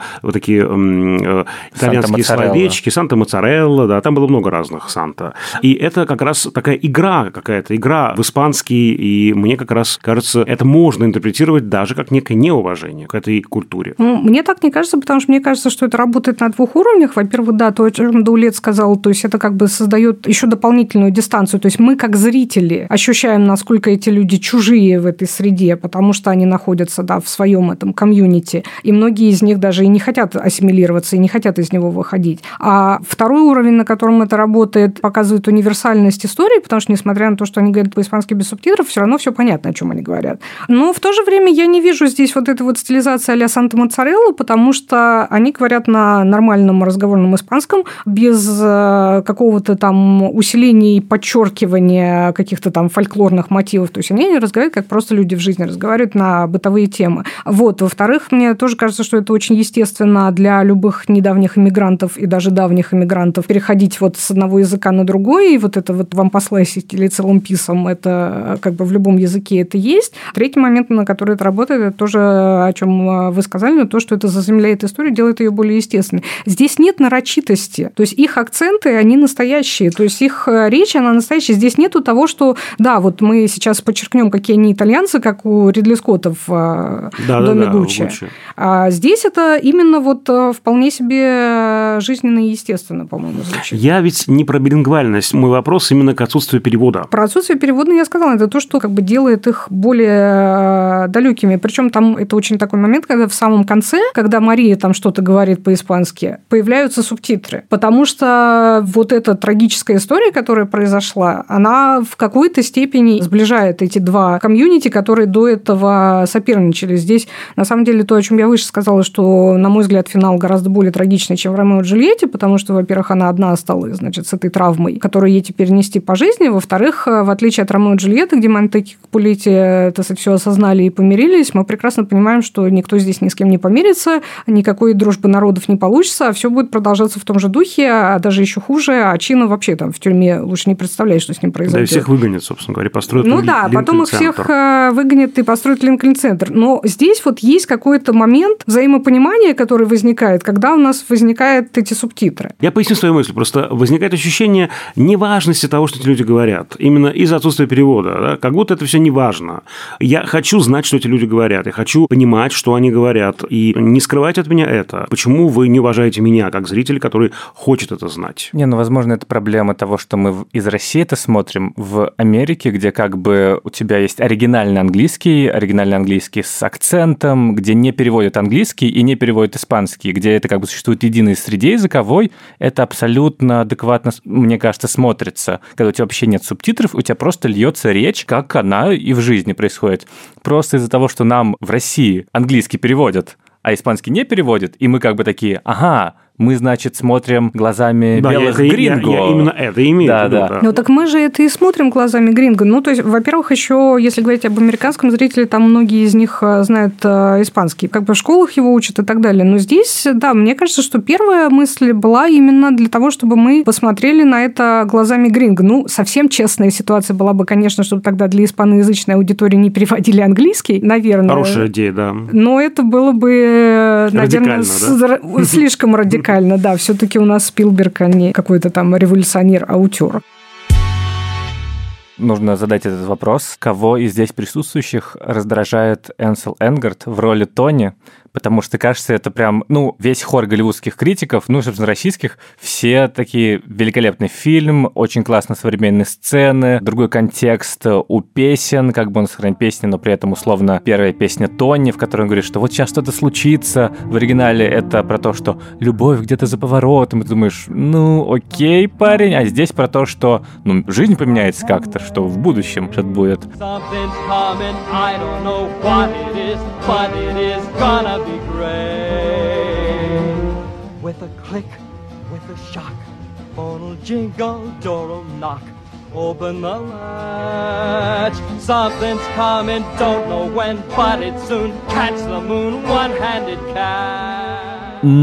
вот такие э, итальянские словечки, Санта-Моцарелла, да, там было много разных Санта. И это как раз такая игра какая-то, игра в испанский, и мне как раз кажется, это можно интерпретировать даже как некое неуважение к этой культуре.
Ну, мне так не кажется, потому что мне кажется, что это работает на двух уровнях. Во-первых, да, то, о чем Даулет сказал, то есть это как бы создает еще дополнительную дистанцию. То есть мы, как зрители, ощущаем, насколько эти люди чужие в этой среде, потому что они находятся, да, в своем этом комьюнити, и многие из них даже и не хотят ассимилироваться, и не хотят из него выходить. А второй уровень, на котором это работает, показывает универсальность истории, потому что, несмотря на то, что они говорят по-испански без субтитров, все равно все понятно, о чем они говорят. Но в то же время я не вижу здесь вот этой вот стилизации а-ля Санта-Моцарелла, потому что они говорят на нормальном разговорном испанском, без какого-то там усиления и подчеркивания каких-то там фольклорных мотивов. То есть они не разговаривают, как просто люди в жизни разговаривают на бытовые темы. Вот. Во-вторых, мне тоже кажется, что это очень естественно для любых недавних иммигрантов и даже давних иммигрантов переходить вот с одного языка на другой, и вот это вот вам послайсить или целым писом, это как бы в любом языке это есть. Третий момент, на который это работает, это тоже, о чем вы сказали, но то, что это заземляет историю, делает ее более естественной. Здесь нет нарочитости, то есть их акценты, они настоящие, то есть их речь, она настоящая. Здесь нету того, что, да, вот мы сейчас подчеркнем, какие они итальянцы, как у Ридли Скотта в да, «Доме да, Гуччи». Гуччи. А здесь это именно вот вполне себе жизненно и естественно, по-моему, звучит.
Я ведь не про билингвальность, мой вопрос именно к отсутствию перевода.
Про отсутствие перевода я сказала, это то, что как бы делает их более далекими. Причем там это очень такой момент, когда в самом конце, когда Мария там что-то говорит по-испански, появляются субтитры. Потому что вот эта трагическая история, которая произошла, она в какой-то степени сближает эти два комьюнити, которые до этого соперничали. Здесь, на самом деле, то, о чем я выше сказала, что, на мой взгляд, финал гораздо более трагичный, чем в «Ромео и Джульетте», потому что, во-первых, она одна осталась, значит, с этой травмой, которую ей теперь нести по жизни. Во-вторых, в отличие от «Ромео и Джульетты», где Монтеки и Капулетти это все осознали и помирились, мы прекрасно понимаем, что никто здесь ни с кем не помирится, никакой дружбы народов не получится, а все будет продолжаться в том же духе, а даже еще хуже, а Чина вообще там в тюрьме лучше не представляешь, что с ним произойдет.
Да, и всех выгонят, собственно говоря, построят
Ну да, потом их всех выгонят и построят Линкольн-центр. Но здесь вот есть какой-то момент взаимопонимания, который возникает, когда у нас возникают эти субтитры.
Я поясню свою мысль. Просто возникает ощущение неважности того, что эти люди говорят. Именно из-за отсутствия перевода. Да? Как будто это все неважно. Я хочу знать, что эти люди говорят. Я хочу понимать, что они говорят. И не скрывать от меня это. Почему вы не уважаете меня, как зритель, который хочет это знать?
Не, ну, возможно, это проблема того, что мы из России это смотрим. В Америке, где как бы у тебя есть оригинальный английский, оригинальный английский с акцентом, где не переводят английский и не переводят испанский, где это как бы существует единой среде языковой, это абсолютно адекватно, мне кажется, смотрится. Когда у тебя вообще нет субтитров, у тебя просто льется речь, как она и в жизни происходит. Просто из-за того, что нам в России английский переводят, а испанский не переводят, и мы как бы такие, ага, мы, значит, смотрим глазами
да,
белых
это,
гринго.
Я, я именно это имею
да,
в виду.
Да.
Да.
Ну, так мы же это и смотрим глазами гринго. Ну, то есть, во-первых, еще, если говорить об американском зрителе, там многие из них знают испанский. Как бы в школах его учат и так далее. Но здесь, да, мне кажется, что первая мысль была именно для того, чтобы мы посмотрели на это глазами гринго. Ну, совсем честная ситуация была бы, конечно, чтобы тогда для испаноязычной аудитории не переводили английский, наверное.
Хорошая идея, да.
Но это было бы, наверное,
да?
слишком радикально. Да, все-таки у нас Спилберг, а не какой-то там революционер-аутер.
Нужно задать этот вопрос. Кого из здесь присутствующих раздражает Энсел Энгард в роли Тони? Потому что, кажется, это прям, ну, весь хор голливудских критиков, ну, собственно, российских, все такие великолепный фильм, очень классные современные сцены, другой контекст у песен, как бы он сохранил песни, но при этом, условно, первая песня Тони, в которой он говорит, что вот сейчас что-то случится. В оригинале это про то, что любовь где-то за поворотом, и ты думаешь, ну, окей, парень, а здесь про то, что, ну, жизнь поменяется как-то, что в будущем что-то будет.
Be great. With a click, with a shock, phone'll jingle, door'll knock. Open the latch. Something's coming, don't know when, but it's soon. Catch the moon, one-handed catch.
Но вот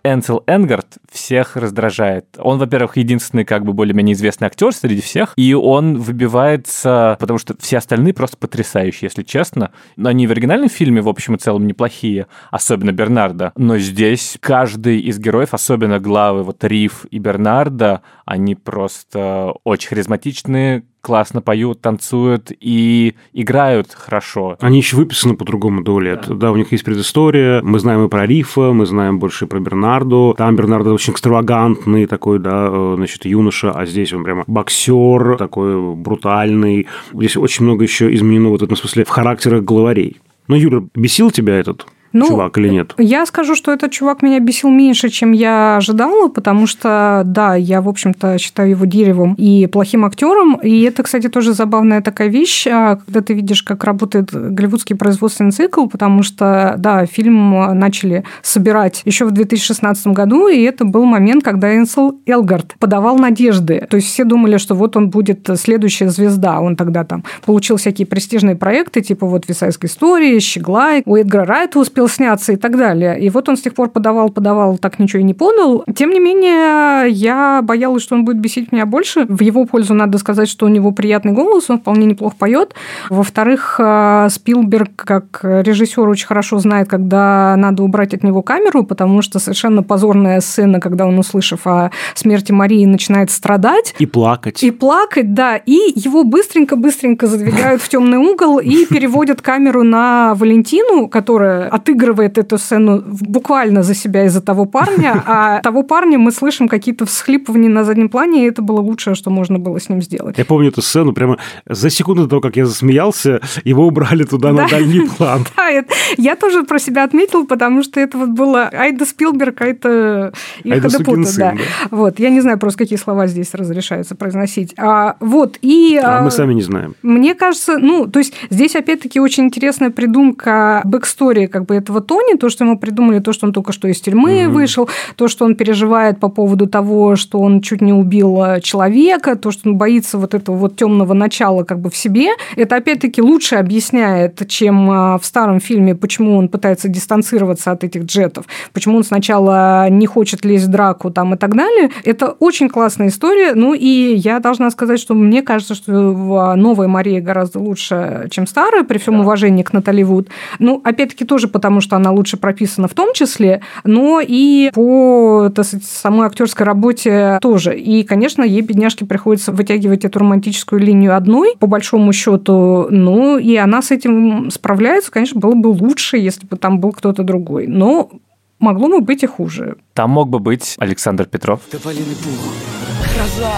Энсел Элгард всех раздражает. Он, во-первых, единственный как бы более-менее известный актер среди всех, и он выбивается, потому что все остальные просто потрясающие, если честно. Они в оригинальном фильме, в общем и целом, неплохие, особенно Бернардо, но здесь каждый из героев, особенно главы, вот Рив и Бернардо, они просто очень харизматичные, классно поют, танцуют и играют хорошо.
Они еще выписаны по-другому до лет. Да. да, у них есть предыстория. Мы знаем и про Рифа, мы знаем больше и про Бернардо. Там Бернардо очень экстравагантный такой, да, значит, юноша, а здесь он прямо боксер, такой брутальный. Здесь очень много еще изменено вот в этом смысле в характерах главарей. Но, Юля, бесил тебя этот ну, чувак или нет?
Я скажу, что этот чувак меня бесил меньше, чем я ожидала, потому что, да, я, в общем-то, считаю его деревом и плохим актером. И это, кстати, тоже забавная такая вещь, когда ты видишь, как работает голливудский производственный цикл, потому что, да, фильм начали собирать еще в две тысячи шестнадцатом году, и это был момент, когда Энсел Элгард подавал надежды. То есть все думали, что вот он будет следующая звезда. Он тогда там получил всякие престижные проекты, типа вот «Версальская история», «Щеглай», у Эдгара Райта успел сняться и так далее. И вот он с тех пор подавал, подавал, так ничего и не подал. Тем не менее, я боялась, что он будет бесить меня больше. В его пользу надо сказать, что у него приятный голос, он вполне неплохо поет. Во-вторых, Спилберг, как режиссер, очень хорошо знает, когда надо убрать от него камеру, потому что совершенно позорная сцена, когда он, услышав о смерти Марии, начинает страдать.
И плакать.
И плакать, да. И его быстренько-быстренько задвигают в темный угол и переводят камеру на Валентину, которая от отыгрывает эту сцену буквально за себя из-за того парня, а того парня мы слышим какие-то всхлипывания на заднем плане, и это было лучшее, что можно было с ним сделать.
Я помню эту сцену, прямо за секунду до того, как я засмеялся, его убрали туда на дальний план.
Да, я тоже про себя отметила, потому что это вот было Айда Спилберг, Айда Ходепута. Вот, я не знаю просто, какие слова здесь разрешается произносить. Вот, и...
А мы сами не знаем.
Мне кажется, ну, то есть здесь опять-таки очень интересная придумка бэкстори, как бы этого Тони, то, что ему придумали, то, что он только что из тюрьмы mm-hmm. вышел, то, что он переживает по поводу того, что он чуть не убил человека, то, что он боится вот этого вот темного начала как бы в себе, это опять-таки лучше объясняет, чем в старом фильме, почему он пытается дистанцироваться от этих джетов, почему он сначала не хочет лезть в драку там и так далее. Это очень классная история, ну и я должна сказать, что мне кажется, что новая Мария гораздо лучше, чем старая, при всем да. уважении к Натали Вуд. Ну, опять-таки тоже потому, что она лучше прописана в том числе, но и по, так сказать, самой актерской работе тоже. И, конечно, ей, бедняжке, приходится вытягивать эту романтическую линию одной, по большому счету. Ну, и она с этим справляется. Конечно, было бы лучше, если бы там был кто-то другой. Но могло бы быть и хуже.
Там мог бы быть Александр Петров.
Тополиный пух. Гроза.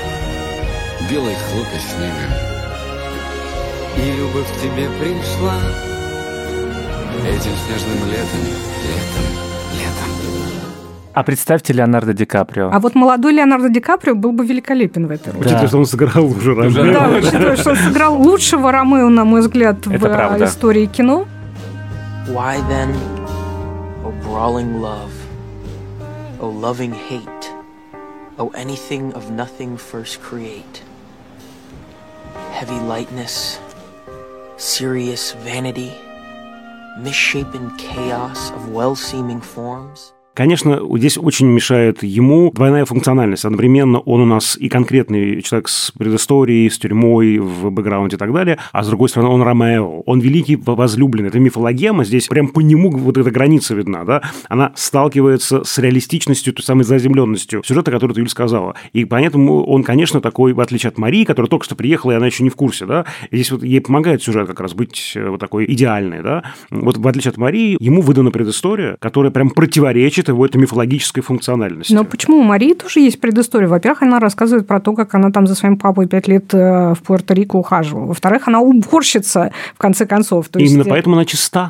Белый хлопец снега. И любовь к тебе пришла. Этим снежным летом, летом, летом.
А представьте Леонардо Ди Каприо.
А вот молодой Леонардо Ди Каприо был бы великолепен в этой роли.
Учитывая, да. что он сыграл уже Ромео.
Да, учитывая, что он сыграл лучшего Ромео, на мой взгляд, это в правда. Истории кино.
Why then, oh brawling love, oh loving hate, oh anything of nothing first create, heavy lightness, serious vanity, misshapen chaos of well-seeming forms.
Конечно, здесь очень мешает ему двойная функциональность. Одновременно он у нас и конкретный человек с предысторией, с тюрьмой в бэкграунде и так далее, а с другой стороны он Ромео. Он великий возлюбленный. Это мифологема. Здесь прям по нему вот эта граница видна, да? Она сталкивается с реалистичностью, той самой заземленностью сюжета, который ты, Юль, сказала. И поэтому он, конечно, такой, в отличие от Марии, которая только что приехала, и она еще не в курсе, да? И здесь вот ей помогает сюжет как раз быть вот такой идеальной, да? Вот в отличие от Марии, ему выдана предыстория, которая прям противоречит его этой мифологической функциональности.
Но почему у Марии тоже есть предыстория? Во-первых, она рассказывает про то, как она там за своим папой пять лет в Пуэрто-Рико ухаживала. Во-вторых, она уборщица, в конце концов. То
Именно
есть...
поэтому она чиста.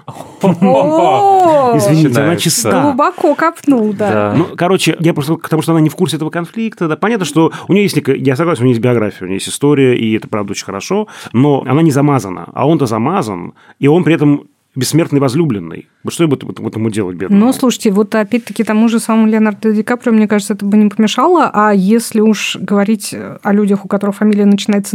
Извините, она чиста.
Глубоко копнул, да.
Ну, короче, я просто к тому, что она не в курсе этого конфликта. Понятно, что у нее есть, я согласен, у нее есть биография, у нее есть история, и это, правда, очень хорошо, но она не замазана. А он-то замазан, и он при этом бессмертный возлюбленный. Вот что вот, вот, вот ему делать, бедному?
Ну, слушайте, вот опять-таки тому же самому Леонардо Ди Каприо, мне кажется, это бы не помешало. А если уж говорить о людях, у которых фамилия начинается на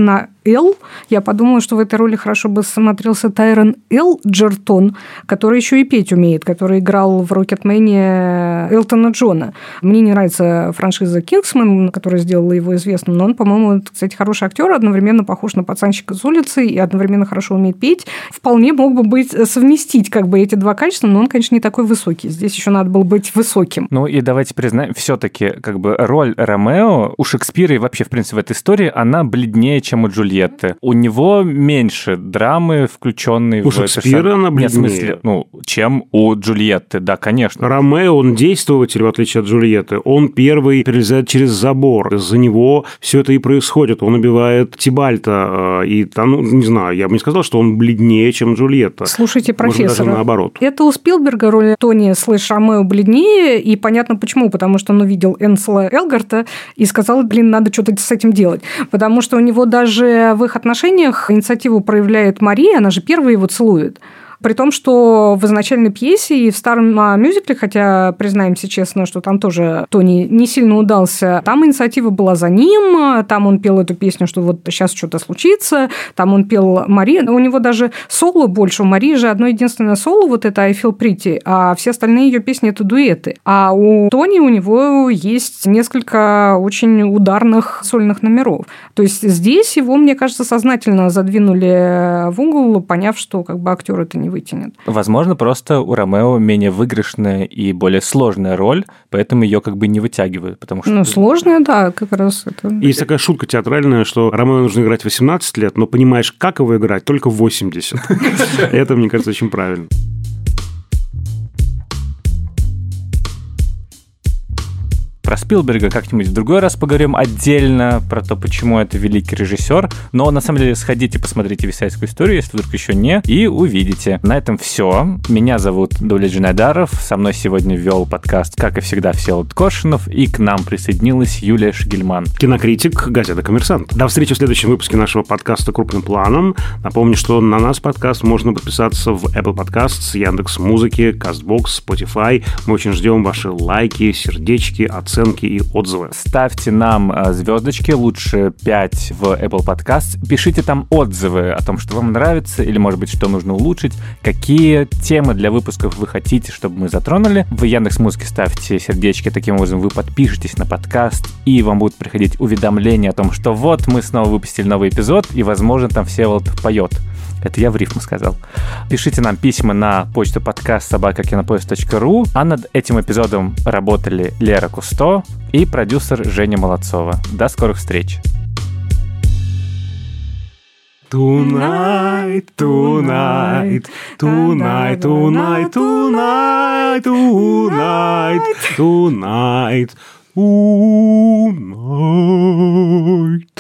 Эл. Я подумала, что в этой роли хорошо бы смотрелся Тайрон Элджертон, который еще и петь умеет, который играл в «Рокетмене» Элтона Джона. Мне не нравится франшиза «Кингсман», которая сделала его известным, но он, по-моему, кстати, хороший актер, одновременно похож на пацанчика с улицы и одновременно хорошо умеет петь. Вполне мог бы быть совместить как бы эти два качества, но он, конечно, не такой высокий. Здесь еще надо было быть высоким.
Ну и давайте признаем, все-таки как бы роль Ромео у Шекспира и вообще, в принципе, в этой истории, она бледнее, чем у Джульетты. У него меньше драмы, включенной
у
в...
Шекспира
персон...
она бледнее.
Нет, в смысле, ну, чем у Джульетты, да, конечно.
Ромео, он действователь, в отличие от Джульетты. Он первый перелезает через забор. Из-за него все это и происходит. Он убивает Тибальта. И там, ну, не знаю, я бы не сказал, что он бледнее, чем Джульетта.
Слушайте, профессор,
может, даже наоборот.
Это у Спилберга роль Тони слэш Ромео бледнее, и понятно почему, потому что он увидел Энсела Элгарта и сказал, блин, надо что-то с этим делать. Потому что у него даже в их отношениях инициативу проявляет Мария, она же первая его целует. При том, что в изначальной пьесе и в старом мюзикле, хотя, признаемся честно, что там тоже Тони не сильно удался, там инициатива была за ним, там он пел эту песню, что вот сейчас что-то случится, там он пел Мария. У него даже соло больше. У Марии же одно единственное соло, вот это I Feel Pretty, а все остальные ее песни – это дуэты. А у Тони у него есть несколько очень ударных сольных номеров. То есть здесь его, мне кажется, сознательно задвинули в угол, поняв, что как бы актер это не вытянет.
Возможно, просто у Ромео менее выигрышная и более сложная роль, поэтому ее как бы не вытягивают. Потому что...
Ну, сложная, да, как раз это...
Есть такая шутка театральная, что Ромео нужно играть в восемнадцать лет, но понимаешь, как его играть, только в восемьдесят. Это, мне кажется, очень правильно.
Про Спилберга как-нибудь в другой раз поговорим отдельно, про то, почему это великий режиссер. Но, на самом деле, сходите, посмотрите «Висайскую историю», если вдруг еще не, и увидите. На этом все. Меня зовут Давлет Джинайдаров. Со мной сегодня вел подкаст, как и всегда, Всеволод Коршунов. И к нам присоединилась Юлия Шагельман.
Кинокритик, газета «Коммерсант». До встречи в следующем выпуске нашего подкаста «Крупным планом». Напомню, что на наш подкаст можно подписаться в Apple Podcasts, Яндекс.Музыке, Castbox, Spotify. Мы очень ждем ваши лайки, сердечки, оценки и отзывы.
Ставьте нам звездочки, лучше пять в Apple Podcasts. Пишите там отзывы о том, что вам нравится, или, может быть, что нужно улучшить, какие темы для выпусков вы хотите, чтобы мы затронули. В Яндекс.Музыке ставьте сердечки, таким образом вы подпишетесь на подкаст, и вам будут приходить уведомления о том, что вот мы снова выпустили новый эпизод, и, возможно, там Всеволод поет. Это я в рифму сказал. Пишите нам письма на почту подкаст собака кинопоиск точка ру, а над этим эпизодом работали Лера Кусто и продюсер Женя Молодцова. До скорых встреч!
Tonight, tonight, tonight, tonight, tonight, tonight, tonight, tonight.